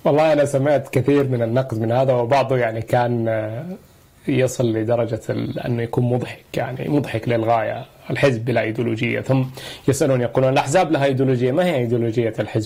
والله أنا سمعت كثير من النقد من هذا، وبعضه يعني كان يصل لدرجة أنه يكون مضحك، يعني مضحك للغاية. الحزب بلا إيديولوجية، ثم يسألون يقولون الأحزاب لها إيديولوجية. ما هي إيديولوجية الحزب؟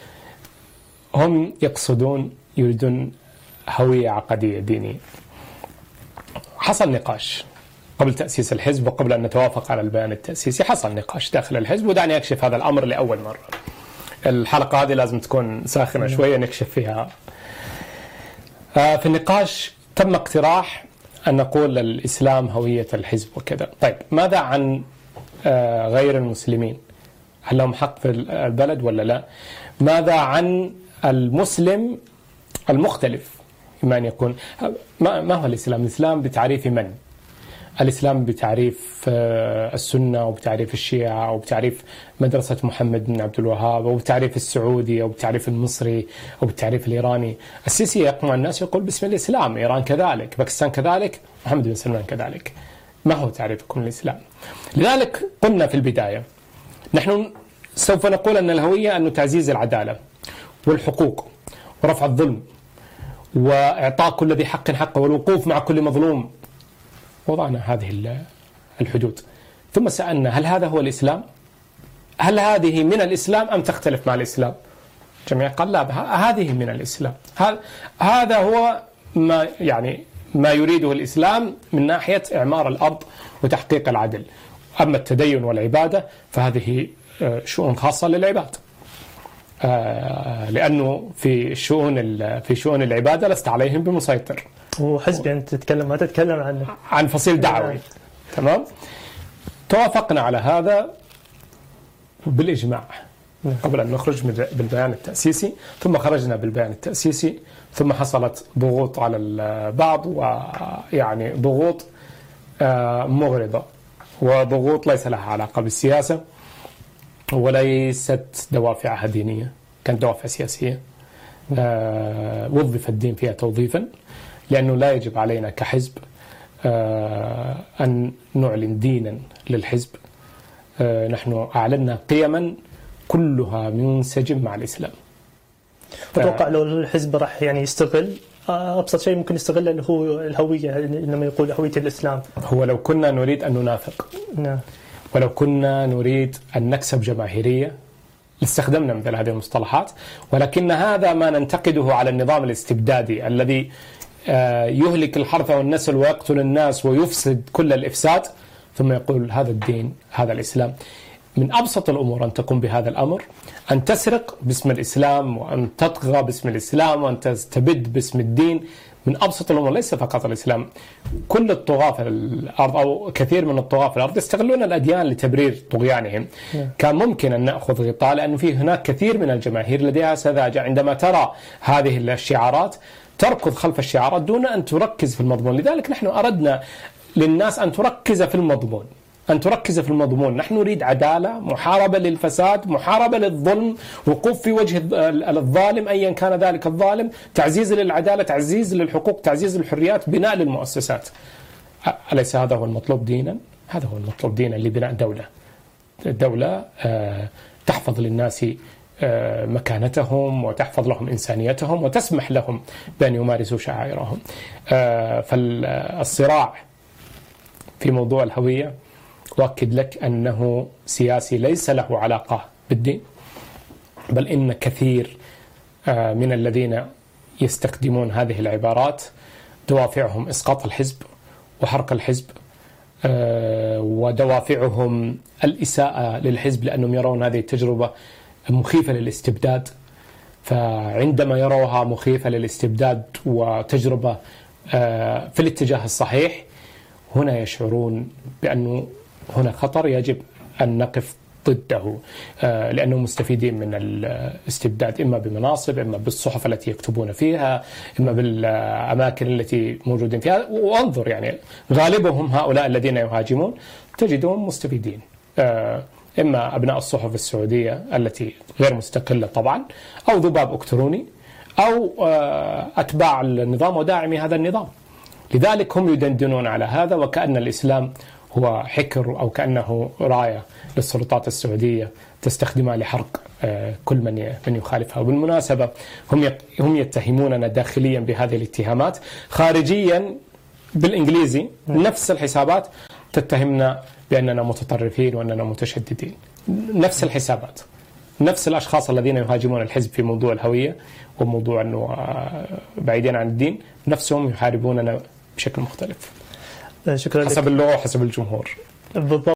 هم يقصدون يريدون هوية عقدية دينية. حصل نقاش قبل تأسيس الحزب وقبل أن نتوافق على البيان التأسيسي، حصل نقاش داخل الحزب، ودعني أكشف هذا الأمر لأول مرة. الحلقة هذه لازم تكون ساخنة شوية نكشف فيها. في النقاش تم اقتراح أن نقول الإسلام هوية الحزب وكذا. طيب ماذا عن غير المسلمين؟ هل لهم حق في البلد ولا لا؟ ماذا عن المسلم المختلف؟ إما أن يكون ما هو الإسلام؟ الإسلام بتعريف من؟ الإسلام بتعريف السنة، وبتعريف الشيعة، وبتعريف مدرسة محمد بن عبد الوهاب، وبتعريف السعودي، وبتعريف المصري، وبتعريف الإيراني. السيسي يقوم الناس يقول باسم الإسلام، إيران كذلك، باكستان كذلك، محمد بن سلمان كذلك. ما هو تعريفكم للإسلام؟ لذلك قلنا في البداية نحن سوف نقول أن الهوية أنه تعزيز العدالة والحقوق ورفع الظلم وإعطاء كل ذي حق حقه والوقوف مع كل مظلوم. وضعنا هذه الحدود، ثم سألنا هل هذا هو الإسلام؟ هل هذه من الإسلام أم تختلف مع الإسلام؟ جميع قال لا، هذه من الإسلام. هذا هو ما يريده الإسلام من ناحية إعمار الأرض وتحقيق العدل. أما التدين والعبادة فهذه شؤون خاصة للعباد، لأنه في شؤون العبادة لست عليهم بمسيطر. وحزب يعني تتكلم، ما تتكلم عن فصيل دعوي. تمام. توافقنا على هذا بالإجماع قبل أن نخرج بالبيان التأسيسي، ثم خرجنا بالبيان التأسيسي، ثم حصلت ضغوط على البعض، ويعني ضغوط مغرضة، وضغوط ليس لها علاقة بالسياسة وليست دوافعها دينية، كانت دوافع سياسية. وظف الدين فيها توظيفا، لأنه لا يجب علينا كحزب أن نعلن دينا للحزب. نحن أعلنا قيما كلها منسجم مع الإسلام. أتوقع لو الحزب راح يعني يستغل أبسط شيء ممكن يستغله اللي هو الهوية، لما يقول هوية الإسلام. هو لو كنا نريد أن ننافق، ولو كنا نريد أن نكسب جماهيرية استخدمنا مثل هذه المصطلحات، ولكن هذا ما ننتقده على النظام الاستبدادي الذي يهلك الحرث والنسل ويقتل الناس ويفسد كل الإفساد، ثم يقول هذا الدين، هذا الإسلام. من أبسط الأمور أن تقوم بهذا الأمر، أن تسرق باسم الإسلام، وأن تطغى باسم الإسلام، وأن تستبد باسم الدين. من أبسط الأمور، ليس فقط الإسلام، كل الطغاة في الأرض أو كثير من الطغاة في الأرض يستغلون الأديان لتبرير طغيانهم. كان ممكن أن نأخذ غطاء، لأنه في هناك كثير من الجماهير لديها سذاجة عندما ترى هذه الشعارات تركض خلف الشعارات دون أن تركز في المضمون. لذلك نحن أردنا للناس أن تركز في المضمون، أن تركز في المضمون. نحن نريد عدالة، محاربة للفساد، محاربة للظلم، وقوف في وجه الظالم أيا كان ذلك الظالم، تعزيز للعدالة، تعزيز للحقوق، تعزيز للحريات، بناء للمؤسسات. أليس هذا هو المطلوب دينا؟ هذا هو المطلوب دينا لبناء دولة. الدولة تحفظ للناس مكانتهم، وتحفظ لهم إنسانيتهم، وتسمح لهم بأن يمارسوا شعائرهم. فالصراع في موضوع الهوية أؤكد لك أنه سياسي، ليس له علاقة بالدين، بل إن كثير من الذين يستخدمون هذه العبارات دوافعهم إسقاط الحزب وحرق الحزب، ودوافعهم الإساءة للحزب، لأنهم يرون هذه التجربة مخيفة للاستبداد. فعندما يروها مخيفة للاستبداد وتجربة في الاتجاه الصحيح، هنا يشعرون بأنه هنا خطر يجب أن نقف ضده، لأنهم مستفيدين من الاستبداد، إما بمناصب، إما بالصحف التي يكتبون فيها، إما بالأماكن التي موجودين فيها. وانظر يعني غالبهم هؤلاء الذين يهاجمون تجدهم مستفيدين، إما أبناء الصحف السعودية التي غير مستقلة طبعا، أو ذباب إلكتروني، أو أتباع النظام وداعمي هذا النظام. لذلك هم يدندنون على هذا، وكأن الإسلام هو حكر أو كأنه راية للسلطات السعودية تستخدمها لحرق كل من يخالفها. وبالمناسبة هم يتهموننا داخليا بهذه الاتهامات، خارجيا بالإنجليزي نفس الحسابات تتهمنا بأننا متطرفين وأننا متشددين. نفس الحسابات، نفس الأشخاص الذين يهاجمون الحزب في موضوع الهوية وموضوع أنه بعيدين عن الدين، نفسهم يحاربوننا بشكل مختلف. شكرا حسب اللغة وحسب الجمهور. بالضبط.